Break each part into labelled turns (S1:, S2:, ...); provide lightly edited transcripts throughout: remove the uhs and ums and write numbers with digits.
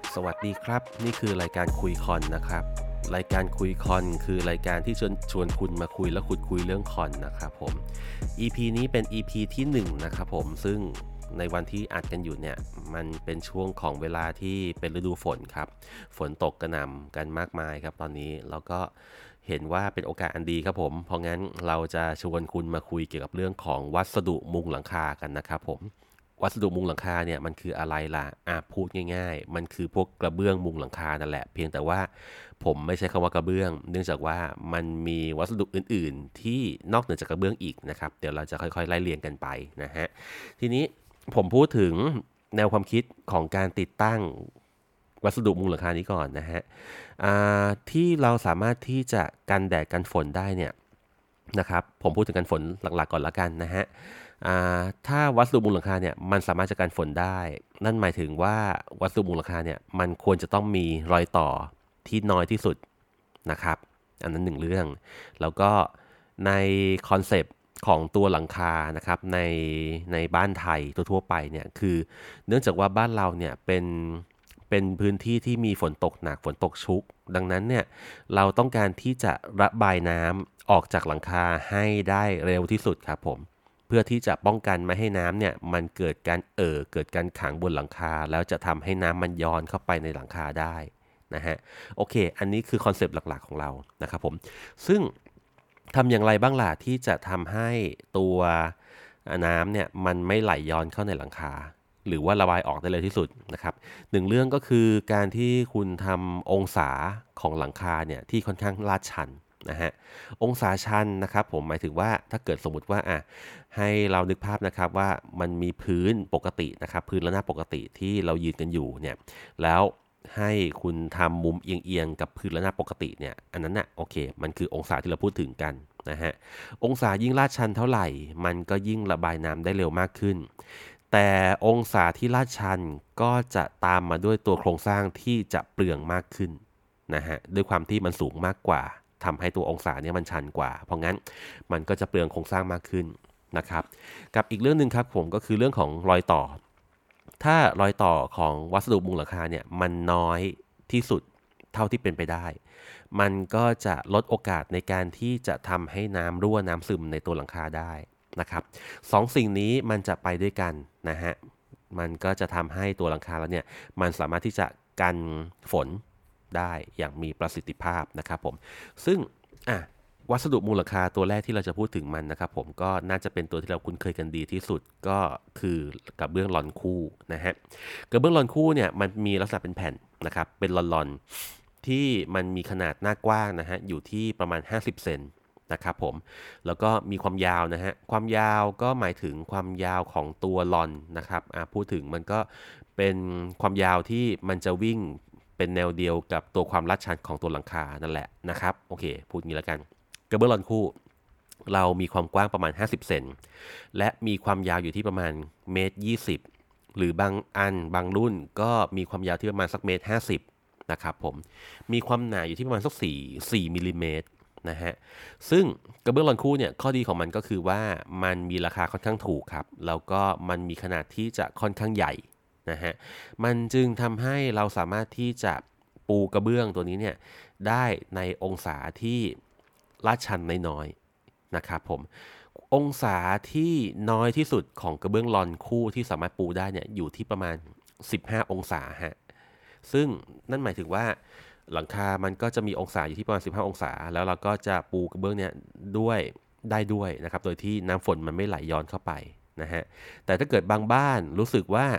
S1: สวัสดีครับนี่คือรายการคุยคอนนะครับรายการคุยคอนคือรายการที่ชวนคุณมาคุยและขุดคุยเรื่องคอนนะครับผม EP นี้เป็น EP ที่1นะครับผมซึ่งในวันที่อัดกันอยู่เนี่ยมันเป็นช่วงของเวลาที่เป็นฤดูฝนครับฝนตกกระหน่ำกันมากมายครับตอนนี้แล้วก็เห็นว่าเป็นโอกาสอันดีครับผมเพราะงั้นเราจะชวนคุณมาคุยเกี่ยวกับเรื่องของวัสดุมุงหลังคากันนะครับผม วัสดุมุงหลังคาเนี่ยมันคืออะไรล่ะพูดง่ายๆมันคือพวกกระเบื้องมุงหลังคานั่นแหละเพียงแต่ว่าผมไม่ใช้คำว่ากระเบื้องเนื่องจากว่ามันมีวัสดุอื่นๆที่นอกเหนือจากกระเบื้องอีกนะครับเดี๋ยวเราจะค่อยๆไล่เรียงกันไปนะฮะทีนี้ผมพูดถึงแนวความคิดของการติดตั้งวัสดุมุงหลังคานี้ก่อนนะฮะที่เราสามารถที่จะกันแดดกันฝนได้เนี่ยนะครับผมพูดถึงกันฝนหลักๆก่อนละกันนะฮะ ถ้าวัสดุมุงหลังคาเนี่ยมันสามารถจะกันฝนได้นั่นหมายถึงว่าวัสดุมุงหลังคาเนี่ยมันควรจะต้องมีรอยต่อที่น้อยที่สุดนะครับอันนั้นหนึ่งเรื่องแล้วก็ในคอนเซปต์ของตัวหลังคานะครับในบ้านไทยทั่วๆไปเนี่ยคือเนื่องจากว่าบ้านเราเนี่ยเป็นพื้นที่ที่มีฝนตกหนักฝนตกชุกดังนั้นเนี่ยเราต้องการที่จะระบายน้ำออกจากหลังคาให้ได้เร็วที่สุดครับผม เพื่อที่จะป้องกันไม่ให้น้ำเนี่ยมันเกิดการเกิดการขังบนหลังคาแล้วจะทำให้น้ำมันย้อนเข้าไปในหลังคาได้นะฮะโอเคอันนี้คือคอนเซปต์หลักๆของเรานะครับผมซึ่งทำอย่างไรบ้างล่ะที่จะทำให้ตัวน้ำเนี่ยมันไม่ไหลย้อนเข้าในหลังคาหรือว่าระบายออกได้เร็วที่สุดนะครับหนึ่งเรื่องก็คือการที่คุณทำองศาของหลังคาเนี่ยที่ค่อนข้างลาดชันนะฮะ องศาชันนะครับผมหมายถึงว่าถ้าเกิดสมมุติว่าให้เรานึกภาพนะครับว่ามันมีพื้นปกตินะครับพื้นระนาบปกติที่เรายืนกันอยู่เนี่ยแล้วให้คุณทำมุมเอียงๆกับพื้นระนาบปกติเนี่ยอันนั้นน่ะโอเคมันคือองศาที่เราพูดถึงกันนะฮะองศายิ่งลาดชันเท่าไหร่มันก็ยิ่งระบายน้ำได้เร็วมากขึ้นแต่องศาที่ลาดชันก็จะตามมาด้วยตัวโครงสร้างที่จะเปลืองมากขึ้น นะฮะด้วยความที่มันสูงมากกว่าทำให้ตัวองศาเนี่ยมันชันกว่าเพราะงั้นมันก็จะเปลืองโครงสร้างมากขึ้นนะครับกับอีกเรื่องหนึ่งครับผมก็คือเรื่องของรอยต่อถ้ารอยต่อของวัสดุมุงหลังคาเนี่ยมันน้อยที่สุดเท่าที่เป็นไปได้มันก็จะลดโอกาสในการที่จะทำให้น้ำรั่วน้ำซึมในตัวหลังคาได้นะครับสองสิ่งนี้มันจะไปด้วยกันนะฮะมันก็จะทำให้ตัวหลังคาแล้วเนี่ยมันสามารถที่จะกันฝน ได้อย่างมีประสิทธิภาพนะครับผมซึ่งอ่ะวัสดุมูลค่าตัวแรกที่เราจะพูดถึงมันนะครับผมก็น่าจะเป็นตัวที่เราคุ้นเคยกันดีที่สุดก็คือกระเบื้องลอนคู่นะฮะกระเบื้องลอนคู่เนี่ยมันมีลักษณะเป็นแผ่นนะครับเป็นลอนๆที่มันมีขนาดหน้ากว้างนะฮะอยู่ที่ประมาณ50เซนนะครับผมแล้วก็มีความยาวนะฮะความยาวก็หมายถึงความยาวของตัวลอนนะครับพูดถึงมันก็เป็นความยาวที่มันจะวิ่ง เป็นแนวเดียวกับตัวความลาดชันของตัวหลังคานั่นแหละนะครับโอเคพูดงี้แล้วกันกระเบื้องลอนคู่เรามีความกว้างประมาณ50เซนและมีความยาวอยู่ที่ประมาณเมตร20หรือบางอันบางรุ่นก็มีความยาวที่ประมาณสักเมตร50นะครับผมมีความหนาอยู่ที่ประมาณสัก4มิลลิเมตรนะฮะซึ่งกระเบื้องลอนคู่เนี่ยข้อดีของมันก็คือว่ามันมีราคาค่อนข้างถูกครับแล้วก็มันมีขนาดที่จะค่อนข้างใหญ่ นะฮะมันจึงทำให้เราสามารถที่จะปูกระเบื้องตัวนี้เนี่ยได้ในองศาที่ลาดชันน้อยๆนะครับผมองศาที่น้อยที่สุดของกระเบื้องลอนคู่ที่สามารถปูได้เนี่ยอยู่ที่ประมาณ15องศาฮะซึ่งนั่นหมายถึงว่าหลังคามันก็จะมีองศาอยู่ที่ประมาณ15องศาแล้วเราก็จะปูกระเบื้องเนี่ยด้วยได้ด้วยนะครับโดยที่น้ำฝนมันไม่ไหลย้อนเข้าไปนะฮะแต่ถ้าเกิดบางบ้านรู้สึกว่า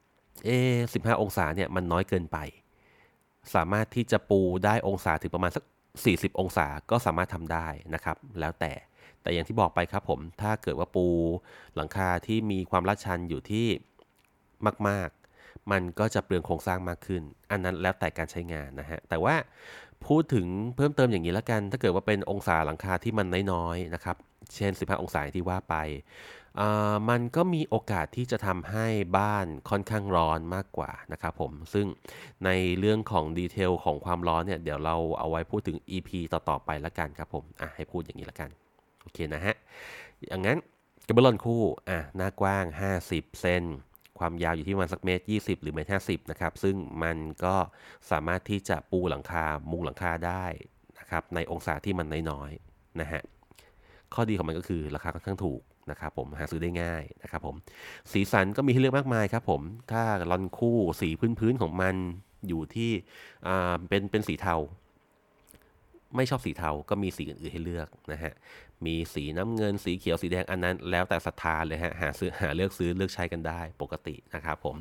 S1: 15องศาเนี่ยมันน้อยเกินไปสามารถที่จะปูได้องศาถึงประมาณสัก40องศาก็สามารถทำได้นะครับแล้วแต่อย่างที่บอกไปครับผมถ้าเกิดว่าปูหลังคาที่มีความลาดชันอยู่ที่มากๆมันก็จะเปลืองโครงสร้างมากขึ้นอันนั้นแล้วแต่การใช้งานนะฮะแต่ว่าพูดถึงเพิ่มเติมอย่างนี้แล้วกันถ้าเกิดว่าเป็นองศาหลังคาที่มันน้อยๆนะครับเช่น15องศาที่ว่าไป มันก็มีโอกาสที่จะทำให้บ้านค่อนข้างร้อนมากกว่านะครับผมซึ่งในเรื่องของดีเทลของความร้อนเนี่ยเดี๋ยวเราเอาไว้พูดถึง EP ต่อๆไปละกันครับผมให้พูดอย่างนี้ละกันโอเคนะฮะอย่างนั้นกระเบื้องคู่หน้ากว้าง50เซนคความยาวอยู่ที่ประมาณสักเมตร20หรือเมตร50นะครับซึ่งมันก็สามารถที่จะปูหลังคามุงหลังคาได้นะครับในองศาที่มันน้อยๆนะฮะข้อดีของมันก็คือราคาค่อนข้างถูกนะครับผมหาซื้อได้ง่ายนะครับผมสีสันก็มีให้เลือกมากมายครับผมถ้าลอนคู่สีพื้นๆของมันอยู่ที่เป็นสีเทาไม่ชอบสีเทาก็มีสีอื่นๆให้เลือกนะฮะมีสีน้ำเงินสีเขียวสีแดงอันนั้นแล้วแต่ศรัทธาเลยฮะหาเลือกซื้อเลือกใช้กันได้ปกตินะครับผม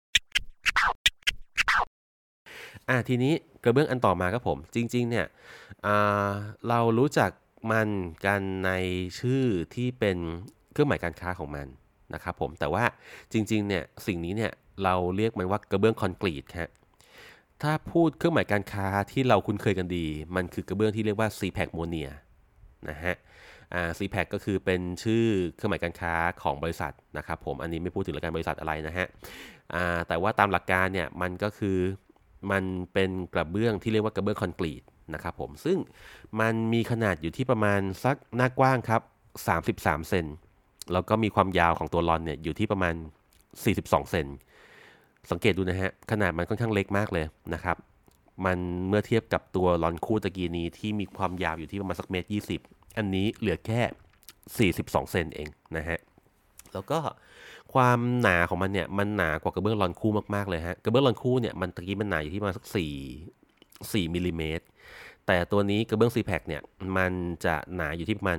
S1: ทีนี้กระเบื้องอันต่อมาครับผมจริงๆเนี่ยอ่เรารู้จักมันกันในชื่อที่เป็นเครื่องหมายการค้าของมันนะครับผมแต่ว่าจริงๆเนี่ยสิ่งนี้เนี่ยเราเรียกมันว่ากระเบื้องคอนกรีตครับถ้าพูดเครื่องหมายการค้าที่เราคุ้นเคยกันดีมันคือกระเบื้องที่เรียกว่า CPAC Monia นะฮะCPAC ก็คือเป็นชื่อเครื่องหมายการค้าของบริษัทนะครับผมอันนี้ไม่พูดถึงรายการบริษัทอะไรนะฮะแต่ว่าตามหลักการเนี่ยมันก็คือมันเป็นกระเบื้องที่เรียกว่ากระเบื้องคอนกรีตนะครับผมซึ่งมันมีขนาดอยู่ที่ประมาณสักหน้ากว้างครับ33เซนแล้วก็มีความยาวของตัวลอนเนี่ยอยู่ที่ประมาณ42เซนสังเกตดูนะฮะขนาดมันค่อนข้างเล็กมากเลยนะครับมันเมื่อเทียบกับตัวลอนคู่ตะกี้นี้ที่มีความยาวอยู่ที่ประมาณสักเมตร20อันนี้เหลือแค่42เซนเองนะฮะแล้วก็ความหนาของมันเนี่ยมันหนากว่ากระเบื้องลอนคู่มากๆเลยฮะกระเบื้องลอนคู่เนี่ยมันตะกี้มันหนาอยู่ที่ประมาณสัก4มิลลิเมตรแต่ตัวนี้กระเบื้อง CPAC เนี่ยมันจะหนาอยู่ที่ประมาณ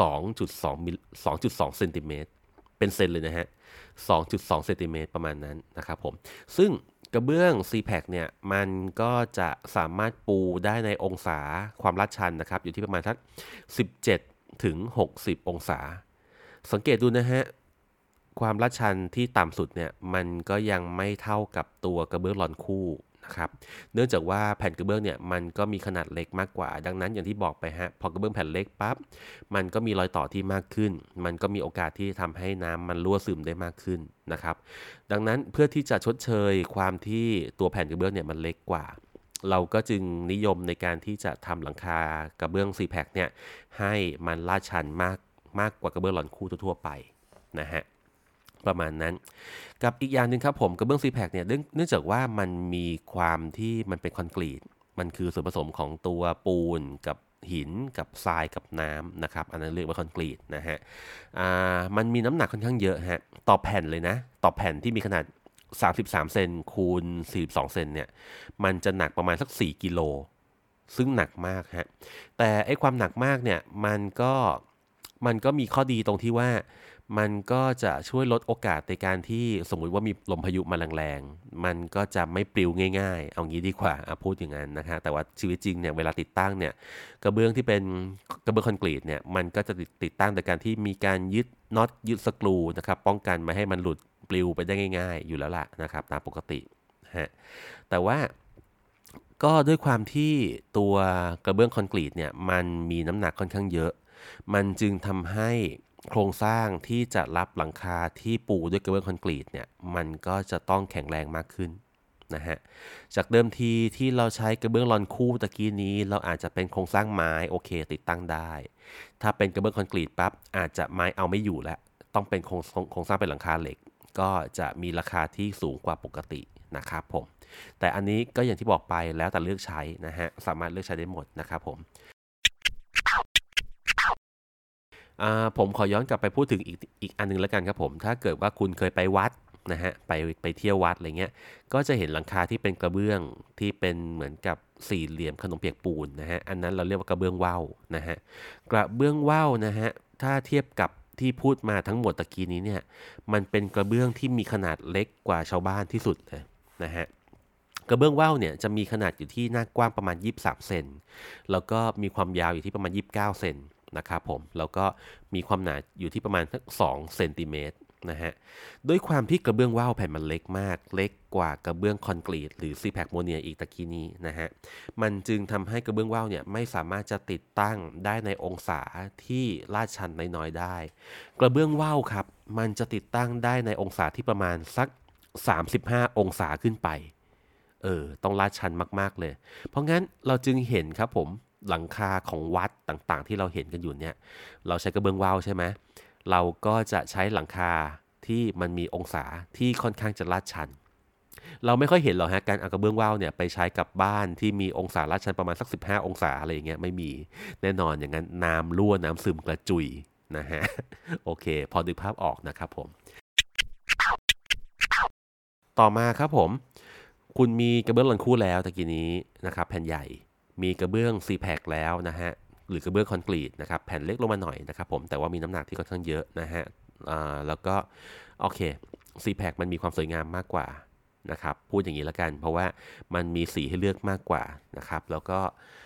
S1: 2.2เซนติเมตรเป็นเซนเลยนะฮะ2.2เซนติเมตรประมาณนั้นนะครับผมซึ่งกระเบื้อง CPAC เนี่ยมันก็จะสามารถปูได้ในองศาความลาดชันนะครับอยู่ที่ประมาณสัก17ถึง60องศาสังเกตดูนะฮะความลาดชันที่ต่ำสุดเนี่ยมันก็ยังไม่เท่ากับตัวกระเบื้องลอนคู่นะครับเนื่องจากว่าแผ่นกระเบื้องเนี่ยมันก็มีขนาดเล็กมากกว่าดังนั้นอย่างที่บอกไปฮะพอกระเบื้องแผ่นเล็กปั๊บมันก็มีรอยต่อที่มากขึ้นมันก็มีโอกาสที่ทำให้น้ำมันรั่วซึมได้มากขึ้นนะครับดังนั้นเพื่อที่จะชดเชยความที่ตัวแผ่นกระเบื้องเนี่ยมันเล็กกว่าเราก็จึงนิยมในการที่จะทำหลังคากระเบื้อง CPAC เนี่ยให้มันลาดชันมากกว่ากระเบื้องลอนคู่ทั่วไปนะฮะประมาณนั้นกับอีกอย่างหนึ่งครับผมกระเบื้อง CPAC เนี่ยเนื่องจากว่ามันมีความที่มันเป็นคอนกรีตมันคือส่วนผสมของตัวปูนกับหินกับทรายกับน้ำนะครับอันนั้นเรียกว่าคอนกรีตนะฮะมันมีน้ำหนักค่อนข้างเยอะฮะต่อแผ่นเลยนะต่อแผ่นที่มีขนาด33เซนคูณ42เซนเนี่ยมันจะหนักประมาณสัก4กิโลซึ่งหนักมากฮะแต่ไอ้ความหนักมากเนี่ยมันก็มีข้อดีตรงที่ว่ามันก็จะช่วยลดโอกาสในการที่สมมุติว่ามีลมพายุมาแรงๆมันก็จะไม่ปลิวง่ายๆเอางี้ดีกว่าพูดอย่างนั้นนะฮะแต่ว่าชีวิตจริงเนี่ยเวลาติดตั้งเนี่ยกระเบื้องที่เป็นกระเบื้องคอนกรีตเนี่ยมันก็จะติดตั้งโดยการที่มีการยึดน็อตยึดสกรูนะครับป้องกันไม่ให้มันหลุดปลิวไปได้ง่ายๆอยู่แล้วล่ะนะครับตามปกติฮะแต่ว่าก็ด้วยความที่ตัวกระเบื้องคอนกรีตเนี่ยมันมีน้ำหนักค่อนข้างเยอะมันจึงทำให้โครงสร้างที่จะรับหลังคาที่ปูด้วยกระเบื้องคอนกรีตเนี่ยมันก็จะต้องแข็งแรงมากขึ้นนะฮะจากเดิมทีที่เราใช้กระเบื้องลอนคู่ตะกี้นี้เราอาจจะเป็นโครงสร้างไม้โอเคติดตั้งได้ถ้าเป็นกระเบื้องคอนกรีตปั๊บอาจจะไม้เอาไม่อยู่แล้วต้องเป็นโครงสร้างเป็นหลังคาเหล็กก็จะมีราคาที่สูงกว่าปกตินะครับผมแต่อันนี้ก็อย่างที่บอกไปแล้วแต่เลือกใช้นะฮะสามารถเลือกใช้ได้หมดนะครับผมผมขอย้อนกลับไปพูดถึงอีกอันนึงแล้วกันครับผมถ้าเกิดว่าคุณเคยไปวัดนะฮะไปเที่ยววัดอะไรเงี้ยก็จะเห็นหลังคาที่เป็นกระเบื้องที่เป็นเหมือนกับสี่เหลี่ยมขนมเปียกปูนนะฮะอันนั้นเราเรียกว่ากระเบื้องว่าวนะฮะกระเบื้องว่าวนะฮะถ้าเทียบกับที่พูดมาทั้งหมดตะกี้นี้เนี่ยมันเป็นกระเบื้องที่มีขนาดเล็กกว่าชาวบ้านที่สุดเลยนะฮะกระเบื้องว่าวเนี่ยจะมีขนาดอยู่ที่หน้ากว้างประมาณ23เซนแล้วก็มีความยาวอยู่ที่ประมาณ29เซนนะครับผมแล้วก็มีความหนาอยู่ที่ประมาณสัก2เซนติเมตรนะฮะด้วยความที่กระเบื้องว่าวแผ่นมันเล็กมากเล็กกว่ากระเบื้องคอนกรีตหรือ CPAC Monia อีกตะกี้นี้นะฮะมันจึงทำให้กระเบื้องว่าวเนี่ยไม่สามารถจะติดตั้งได้ในองศาที่ลาดชันน้อยๆได้กระเบื้องว่าวครับมันจะติดตั้งได้ในองศาที่ประมาณสัก35องศาขึ้นไปต้องลาดชันมากๆเลยเพราะงั้นเราจึงเห็นครับผมหลังคาของวัดต่างๆที่เราเห็นกันอยู่เนี่ยเราใช้กระเบื้องว่าวใช่ไหมเราก็จะใช้หลังคาทที่มันมีองศาที่ค่อนข้างจะลาดชันเราไม่ค่อยเห็นหรอกฮะการเอากระเบื้องว่าวเนี่ยไปใช้กับบ้านที่มีองศาลาดชันประมาณสัก15องศาอะไรอย่างเงี้ยไม่มีแน่นอนอย่างนั้นน้ำรั่วน้ำซึมกระจุยนะฮะโอเคพอดึกภาพออกนะครับผมต่อมาครับผมคุณมีกระเบื้องลอนคู่แล้วตะกี้นี้นะครับแผ่นใหญ่มีกระเบื้องซีแพคแล้วนะฮะหรือกระเบื้องคอนกรีตนะครับแผ่นเล็กลงมาหน่อยนะครับผมแต่ว่ามีน้ำหนักที่ค่อนข้างเยอะนะฮะแล้วก็โอเคซีแพคมันมีความสวยงามมากกว่านะครับพูดอย่างนี้แล้วกันเพราะว่ามันมีสีให้เลือกมากกว่านะครับแล้วก็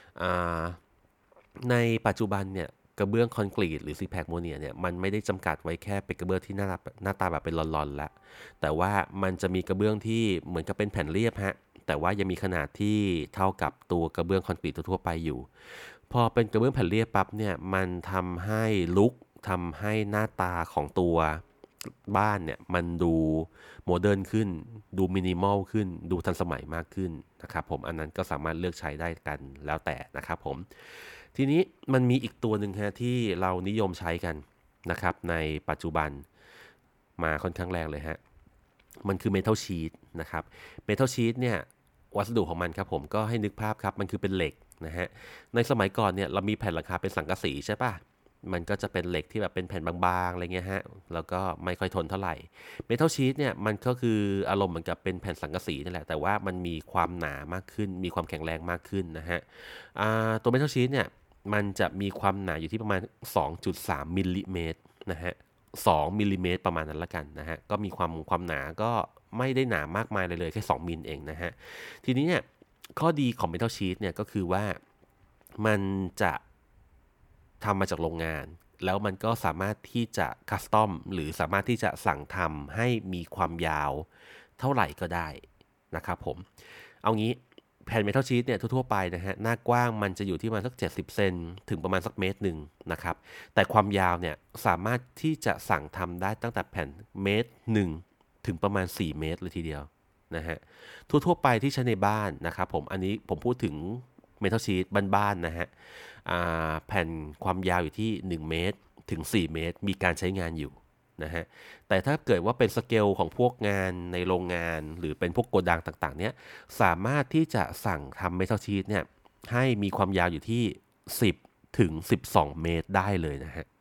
S1: ในปัจจุบันเนี่ยกระเบื้องคอนกรีตหรือซีแพคโมเนียเนี่ยมันไม่ได้จำกัดไว้แค่เป็นกระเบื้องที่หน้าตาแบบเป็นลอนๆแล้วแต่ว่ามันจะมีกระเบื้องที่เหมือนกับเป็นแผ่นเรียบฮะแต่ว่ายังมีขนาดที่เท่ากับตัวกระเบื้องคอนกรีตทั่วไปอยู่พอเป็นกระเบื้องแผ่นเรียบปั๊บเนี่ยมันทำให้ลุคทำให้หน้าตาของตัวบ้านเนี่ยมันดูโมเดิร์นขึ้นดูมินิมอลขึ้นดูทันสมัยมากขึ้นนะครับผมอันนั้นก็สามารถเลือกใช้ได้กันแล้วแต่นะครับผมทีนี้มันมีอีกตัวหนึ่งฮะที่เรานิยมใช้กันนะครับในปัจจุบันมาค่อนข้างแรงเลยฮะมันคือเมทัลชีทนะครับเมทัลชีทเนี่ยวัสดุของมันครับผมก็ให้นึกภาพครับมันคือเป็นเหล็กนะฮะในสมัยก่อนเนี่ยเรามีแผ่นหลังคาเป็นสังกะสีใช่ปะมันก็จะเป็นเหล็กที่แบบเป็นแผ่นบางๆอะไรเงี้ยฮะแล้วก็ไม่ค่อยทนเท่าไหร่เมทัลชีทเนี่ยมันก็คืออารมณ์เหมือนกับเป็นแผ่นสังกะสีนั่นแหละแต่ว่ามันมีความหนามากขึ้นมีความแข็งแรงมากขึ้นนะฮะตัวเมทัลชีทเนี่ยมันจะมีความหนาอยู่ที่ประมาณ 2.3 มิลลิเมตรนะฮะ2มิลลิเมตรประมาณนั้นละกันนะฮะก็มีความหนาก็ไม่ได้หนามากมายเลยแค่2มิลเองนะฮะทีนี้เนี่ยข้อดีของ Metal Sheet เนี่ยก็คือว่ามันจะทำมาจากโรงงานแล้วมันก็สามารถที่จะคัสตอมหรือสามารถที่จะสั่งทำให้มีความยาวเท่าไหร่ก็ได้นะครับผมเอางี้แผ่นเมทัลชีทเนี่ยทั่วๆไปนะฮะหน้ากว้างมันจะอยู่ที่ประมาณสัก70เซนถึงประมาณสักเมตรหนึ่งนะครับแต่ความยาวเนี่ยสามารถที่จะสั่งทำได้ตั้งแต่แผ่นเมตรหนึ่งถึงประมาณ4เมตรเลยทีเดียวนะฮะทั่วๆไปที่ใช้ในบ้านนะครับผมอันนี้ผมพูดถึงเมทัลชีทบ้านๆนะฮะแผ่นความยาวอยู่ที่1เมตรถึง4เมตรมีการใช้งานอยู่นะฮะแต่ถ้าเกิดว่าเป็นสเกลของพวกงานในโรงงานหรือเป็นพวกโกดังต่างๆเนี้ยสามารถที่จะสั่งทำเมทัลชีทเนี่ยให้มีความยาวอยู่ที่10ถึง12เมตรได้เลยนะฮะ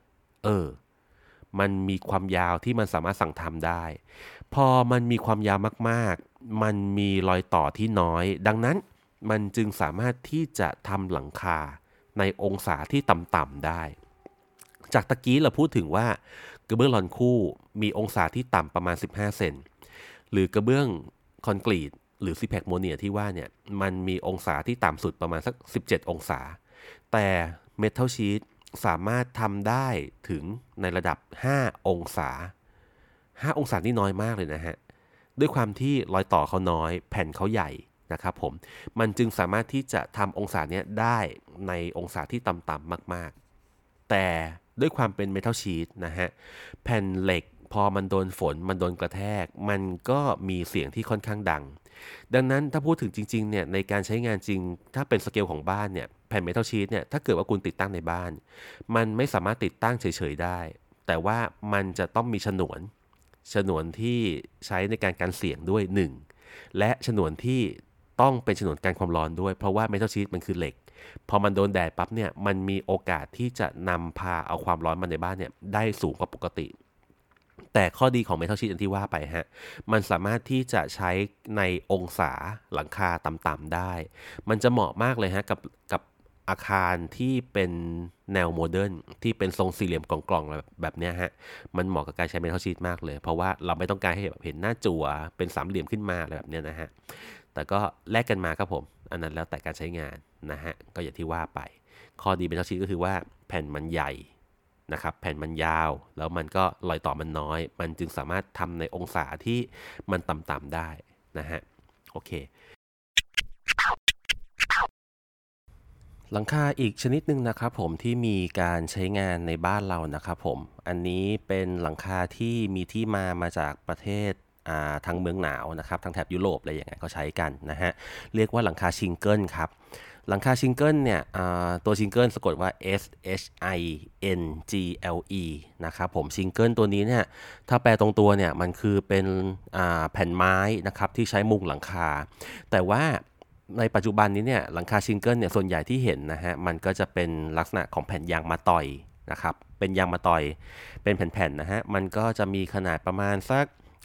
S1: มันมีความยาวที่มันสามารถสั่งทำได้พอมันมีความยาวมากๆมันมีรอยต่อที่น้อยดังนั้นมันจึงสามารถที่จะทำหลังคาในองศาที่ต่ำๆได้จากตะกี้เราพูดถึงว่ากระเบื้องลอนคู่มีองศาที่ต่ำประมาณ15เซนหรือกระเบื้องคอนกรีตหรือซิแพคโมเนียที่ว่าเนี่ยมันมีองศาที่ต่ำสุดประมาณสัก17องศาแต่เมทัลชีทสามารถทำได้ถึงในระดับ5องศา5องศานี่น้อยมากเลยนะฮะด้วยความที่รอยต่อเขาน้อยแผ่นเขาใหญ่นะครับผมมันจึงสามารถที่จะทำองศาเนี้ยได้ในองศาที่ต่ำๆมากๆแต่ด้วยความเป็นเมทัลชีทนะฮะแผ่นเหล็กพอมันโดนฝนมันโดนกระแทกมันก็มีเสียงที่ค่อนข้างดังดังนั้นถ้าพูดถึงจริงๆเนี่ยในการใช้งานจริงถ้าเป็นสเกลของบ้านเนี่ยแผ่นเมทัลชีทเนี่ยถ้าเกิดว่าคุณติดตั้งในบ้านมันไม่สามารถติดตั้งเฉยๆได้แต่ว่ามันจะต้องมีฉนวนที่ใช้ในการกันเสียงด้วย1และฉนวนที่ต้องเป็นฉนวนกันความร้อนด้วยเพราะว่าเมทัลชีทมันคือเหล็กพอมันโดนแดดปั๊บเนี่ยมันมีโอกาสที่จะนำพาเอาความร้อนมาในบ้านเนี่ยได้สูงกว่าปกติแต่ข้อดีของเมทัลชีทอย่างที่ว่าไปฮะมันสามารถที่จะใช้ในองศาหลังคาต่ำๆได้มันจะเหมาะมากเลยฮะกับอาคารที่เป็นแนวโมเดิร์นที่เป็นทรงสี่เหลี่ยมกล่องๆแบบเนี้ยฮะมันเหมาะกับการใช้เมทัลชีทมากเลยเพราะว่าเราไม่ต้องการให้แบบเห็นหน้าจั่วเป็นสามเหลี่ยมขึ้นมาอะไรแบบเนี้ยนะฮะแต่ก็แลกกันมาครับผมอันนั้นแล้วแต่การใช้งานนะฮะก็อย่างที่ว่าไปข้อดีเมทัลชีทก็คือว่าแผ่นมันใหญ่นะครับแผ่นมันยาวแล้วมันก็รอยต่อมันน้อยมันจึงสามารถทำในองศาที่มันต่ำๆได้นะฮะโอเคหลังคาอีกชนิดหนึ่งนะครับผมที่มีการใช้งานในบ้านเรานะครับผมอันนี้เป็นหลังคาที่มีที่มาจากประเทศทางเมืองหนาวนะครับทางแถบยุโรปอะไรอย่างเงี้ยก็ใช้กันนะฮะเรียกว่าหลังคาชิงเกิลครับหลังคาชิงเกิลเนี่ยตัวชิงเกิลสะกดว่า S H I N G L E นะครับผมชิงเกิลตัวนี้เนี่ยถ้าแปลตรงตัวเนี่ยมันคือเป็นแผ่นไม้นะครับที่ใช้มุงหลังคาแต่ว่าในปัจจุบันนี้เนี่ยหลังคาชิงเกิลเนี่ยส่วนใหญ่ที่เห็นนะฮะมันก็จะเป็นลักษณะของแผ่นยางมะตอยนะครับเป็นยางมะตอยเป็นแผ่นๆนะฮะมันก็จะมีขนาดประมาณสัก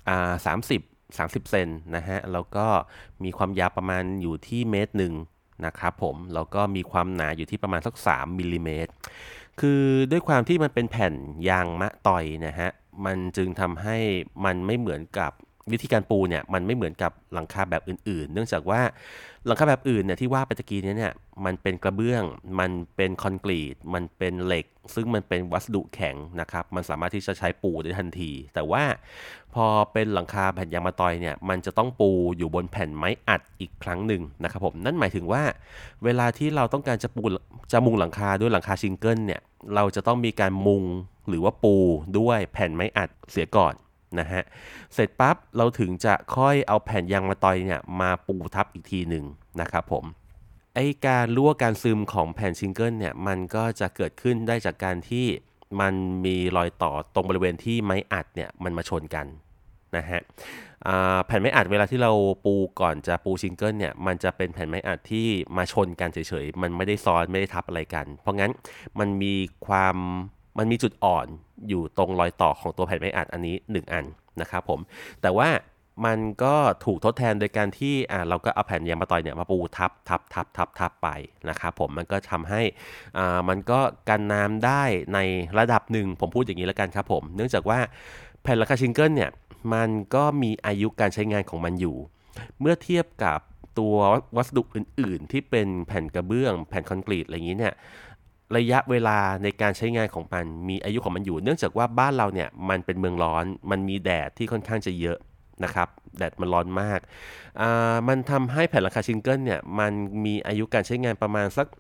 S1: 30เซนนะฮะแล้วก็มีความยาวประมาณอยู่ที่เมตรหนึ่งนะครับผมแล้วก็มีความหนาอยู่ที่ประมาณสัก3มิลลิเมตรคือด้วยความที่มันเป็นแผ่นยางมะตอยนะฮะมันจึงทำให้มันไม่เหมือนกับวิธีการปูเนี่ยมันไม่เหมือนกับหลังคาแบบอื่นๆเนื่องจากว่าหลังคาแบบอื่นเนี่ยที่ว่าไปตะกี้เนี่ยมันเป็นกระเบื้องมันเป็นคอนกรีตมันเป็นเหล็กซึ่งมันเป็นวัสดุแข็งนะครับมันสามารถที่จะใช้ปูได้ทันทีแต่ว่าพอเป็นหลังคาแผ่นยางมะตอยเนี่ยมันจะต้องปูอยู่บนแผ่นไม้อัดอีกครั้งหนึ่งนะครับผมนั่นหมายถึงว่าเวลาที่เราต้องการจะมุงหลังคาด้วยหลังคาชิงเกิลเนี่ยเราจะต้องมีการมุงหรือว่าปูด้วยแผ่นไม้อัดเสียก่อนนะฮะเสร็จปั๊บเราถึงจะค่อยเอาแผ่นยางมะตอยเนี่ยมาปูทับอีกทีหนึ่งนะครับผมไอการรั่วการซึมของแผ่นชิงเกิลเนี่ยมันก็จะเกิดขึ้นได้จากการที่มันมีรอยต่อตรงบริเวณที่ไม้อัดเนี่ยมันมาชนกันนะฮะแผ่นไม้อัดเวลาที่เราปูก่อนจะปูชิงเกิลเนี่ยมันจะเป็นแผ่นไม้อัดที่มาชนกันเฉยๆมันไม่ได้ซ้อนไม่ได้ทับอะไรกันเพราะงั้นมันมีจุดอ่อนอยู่ตรงรอยต่อของตัวแผ่นไม้อัดอันนี้1อันนะครับผมแต่ว่ามันก็ถูกทดแทนโดยการที่เราก็เอาแผ่นยางมะตอยเนี่ยมาปูทับไปนะครับผมมันก็ทำให้มันก็กันน้ำได้ในระดับหนึ่งผมพูดอย่างนี้แล้วกันครับผมเนื่องจากว่าแผ่นหลังคาชิงเกิลเนี่ยมันก็มีอายุการใช้งานของมันอยู่เมื่อเทียบกับตัววัสดุอื่นๆที่เป็นแผ่นกระเบื้องแผ่นคอนกรีตอะไรอย่างนี้เนี่ยระยะเวลาในการใช้งานของมันมีอายุของมันอยู่เนื่องจากว่าบ้านเราเนี่ยมันเป็นเมืองร้อนมันมีแดดที่ค่อนข้างจะเยอะนะครับแดดมันร้อนมากมันทำให้แผ่นหลังคาชิงเกิลเนี่ยมันมีอายุการใช้งานประมาณสัก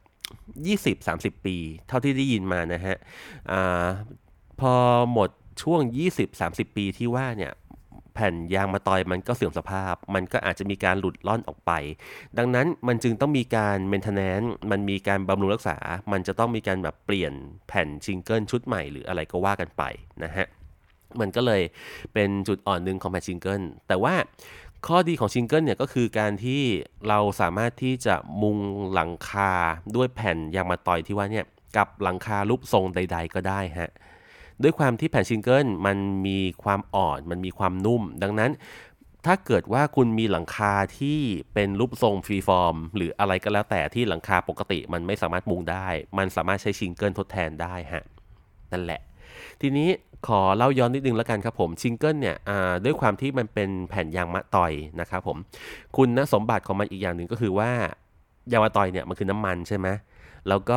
S1: 20-30 ปีเท่าที่ได้ยินมานะฮะพอหมดช่วง20-30 ปีที่ว่าเนี่ยแผ่นยางมะตอยมันก็เสื่อมสภาพมันก็อาจจะมีการหลุดล่อนออกไปดังนั้นมันจึงต้องมีการเมนเทนแนนซ์มันมีการบำรุงรักษามันจะต้องมีการแบบเปลี่ยนแผ่นชิงเกิลชุดใหม่หรืออะไรก็ว่ากันไปนะฮะมันก็เลยเป็นจุดอ่อนหนึ่งของแผ่นชิงเกิลแต่ว่าข้อดีของชิงเกิลเนี่ยก็คือการที่เราสามารถที่จะมุงหลังคาด้วยแผ่นยางมะตอยที่ว่าเนี่ยกับหลังคารูปทรงใดๆก็ได้ฮะด้วยความที่แผ่นชิงเกิลมันมีความอ่อนมันมีความนุ่มดังนั้นถ้าเกิดว่าคุณมีหลังคาที่เป็นรูปทรงฟรีฟอร์มหรืออะไรก็แล้วแต่ที่หลังคาปกติมันไม่สามารถมุงได้มันสามารถใช้ชิงเกิลทดแทนได้ฮะนั่นแหละทีนี้ขอเล่าย้อนนิดนึงแล้วกันครับผมชิงเกิลเนี่ยด้วยความที่มันเป็นแผ่นยางมะตอยนะครับผมคุณสมบัติของมันอีกอย่างหนึ่งก็คือว่ายางมะตอยเนี่ยมันคือน้ำมันใช่ไหมแล้วก็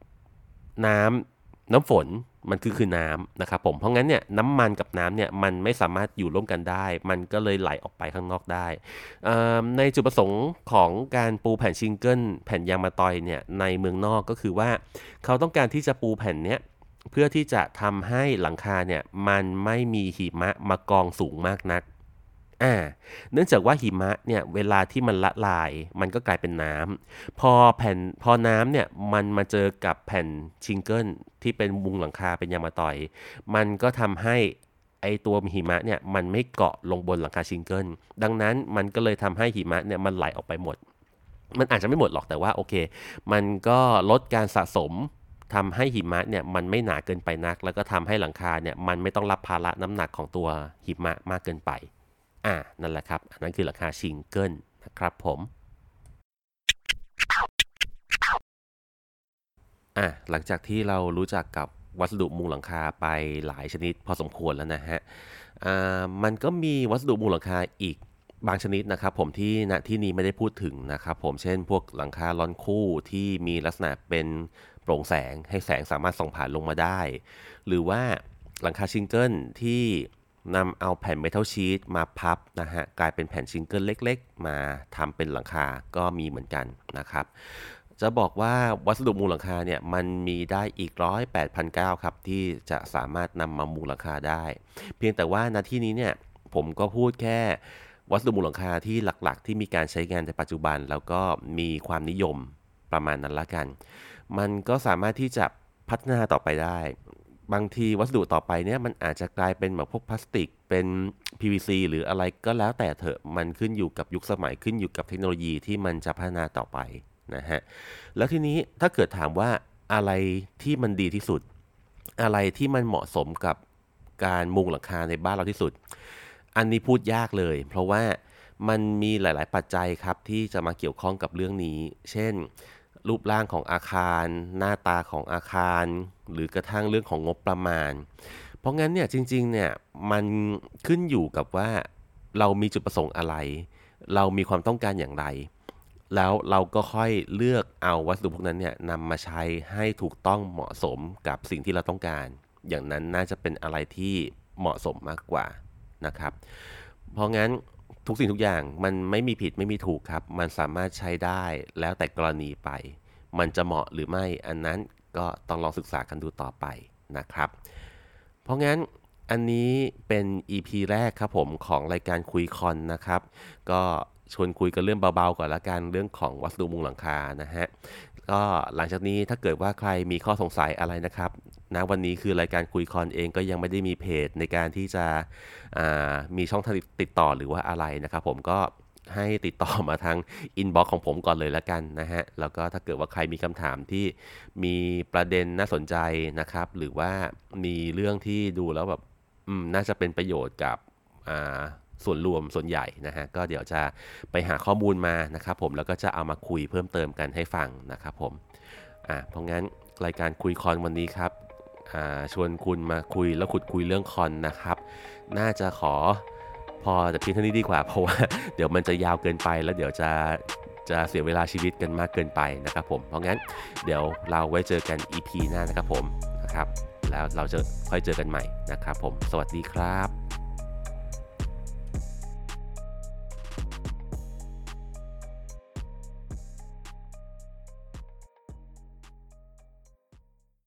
S1: น้ำฝนมันคือน้ำนะครับผมเพราะงั้นเนี่ยน้ำมันกับน้ำเนี่ยมันไม่สามารถอยู่ร่วมกันได้มันก็เลยไหลออกไปข้างนอกได้ในจุดประสงค์ของการปูแผ่นชิงเกิลแผ่นยางมะตอยเนี่ยในเมืองนอกก็คือว่าเขาต้องการที่จะปูแผ่นเนี้ยเพื่อที่จะทำให้หลังคาเนี่ยมันไม่มีหิมะมากองสูงมากนักเนื่องจากว่าหิมะเนี่ยเวลาที่มันละลายมันก็กลายเป็นน้ำพอน้ำเนี่ยมันมาเจอกับแผ่นชิงเกิลที่เป็นมุงหลังคาเป็นยางมะตอยมันก็ทำให้ไอตัวหิมะเนี่ยมันไม่เกาะลงบนหลังคาชิงเกิลดังนั้นมันก็เลยทำให้หิมะเนี่ยมันไหลออกไปหมดมันอาจจะไม่หมดหรอกแต่ว่าโอเคมันก็ลดการสะสมทำให้หิมะเนี่ยมันไม่หนาเกินไปนักแล้วก็ทำให้หลังคาเนี่ยมันไม่ต้องรับภาระน้ำหนักของตัวหิมะมากเกินไปนั่นแหละครับอันนั้นคือราคาชิงเกิลนะครับผมหลังจากที่เรารู้จักกับวัสดุมุงหลังคาไปหลายชนิดพอสมควรแล้วนะฮะมันก็มีวัสดุมุงหลังคาอีกบางชนิดนะครับผมที่ณที่นี้ไม่ได้พูดถึงนะครับผมเช่นพวกหลังคาล้อนคู่ที่มีลักษณะเป็นโปร่งแสงให้แสงสามารถส่องผ่านลงมาได้หรือว่าหลังคาชิงเกิลที่นำเอาแผ่นเมทัลชีทมาพับนะฮะกลายเป็นแผ่นชิงเกิลเล็กๆมาทำเป็นหลังคาก็มีเหมือนกันนะครับจะบอกว่าวัสดุมุงหลังคาเนี่ยมันมีได้อีก108,900ครับที่จะสามารถนำมามุงหลังคาได้เพียงแต่ว่าณที่นี้เนี่ยผมก็พูดแค่วัสดุมุงหลังคาที่หลักๆที่มีการใช้งานในปัจจุบันแล้วก็มีความนิยมประมาณนั้นละกันมันก็สามารถที่จะพัฒนาต่อไปได้บางทีวัสดุต่อไปเนี่ยมันอาจจะกลายเป็นแบบพวกพลาสติกเป็น PVC หรืออะไรก็แล้วแต่เถอะมันขึ้นอยู่กับยุคสมัยขึ้นอยู่กับเทคโนโลยีที่มันจะพัฒนาต่อไปนะฮะแล้วทีนี้ถ้าเกิดถามว่าอะไรที่มันดีที่สุดอะไรที่มันเหมาะสมกับการมุงหลังคาในบ้านเราที่สุดอันนี้พูดยากเลยเพราะว่ามันมีหลายๆปัจจัยครับที่จะมาเกี่ยวข้องกับเรื่องนี้เช่นรูปร่างของอาคารหน้าตาของอาคารหรือกระทั่งเรื่องของงบประมาณเพราะงั้นเนี่ยจริงๆเนี่ยมันขึ้นอยู่กับว่าเรามีจุดประสงค์อะไรเรามีความต้องการอย่างไรแล้วเราก็ค่อยเลือกเอาวัสดุพวกนั้นเนี่ยนำมาใช้ให้ถูกต้องเหมาะสมกับสิ่งที่เราต้องการอย่างนั้นน่าจะเป็นอะไรที่เหมาะสมมากกว่านะครับเพราะงั้นทุกสิ่งทุกอย่างมันไม่มีผิดไม่มีถูกครับมันสามารถใช้ได้แล้วแต่กรณีไปมันจะเหมาะหรือไม่อันนั้นก็ต้องลองศึกษากันดูต่อไปนะครับเพราะงั้นอันนี้เป็น EP แรกครับผมของรายการคุยคอนนะครับก็ชวนคุยกันเรื่องเบาๆก่อนละกันเรื่องของวัสดุมุงหลังคานะฮะก็หลังจากนี้ถ้าเกิดว่าใครมีข้อสงสัยอะไรนะครับณวันนี้คือรายการคุยคอนเองก็ยังไม่ได้มีเพจในการที่จะมีช่องทางติดต่อหรือว่าอะไรนะครับผมก็ให้ติดต่อมาทางอินบ็อกซ์ของผมก่อนเลยละกันนะฮะแล้วก็ถ้าเกิดว่าใครมีคำถามที่มีประเด็นน่าสนใจนะครับหรือว่ามีเรื่องที่ดูแล้วแบบน่าจะเป็นประโยชน์กับส่วนรวมส่วนใหญ่นะฮะก็เดี๋ยวจะไปหาข้อมูลมานะครับผมแล้วก็จะเอามาคุยเพิ่มเติมกันให้ฟังนะครับผมเพราะงั้นรายการคุยคอนวันนี้ครับชวนคุณมาคุยแล้วขุดคุยเรื่องคอนนะครับน่าจะขอพอแต่เพียงเท่านี้ดีกว่าเพราะว่าเดี๋ยวมันจะยาวเกินไปแล้วเดี๋ยวจะเสียเวลาชีวิตกันมากเกินไปนะครับผมเพราะงั้นเดี๋ยวเราไว้เจอกัน EP หน้านะครับผมนะครับแล้วเราจะค่อยเจอกันใหม่นะครับผมสวัสดีครับ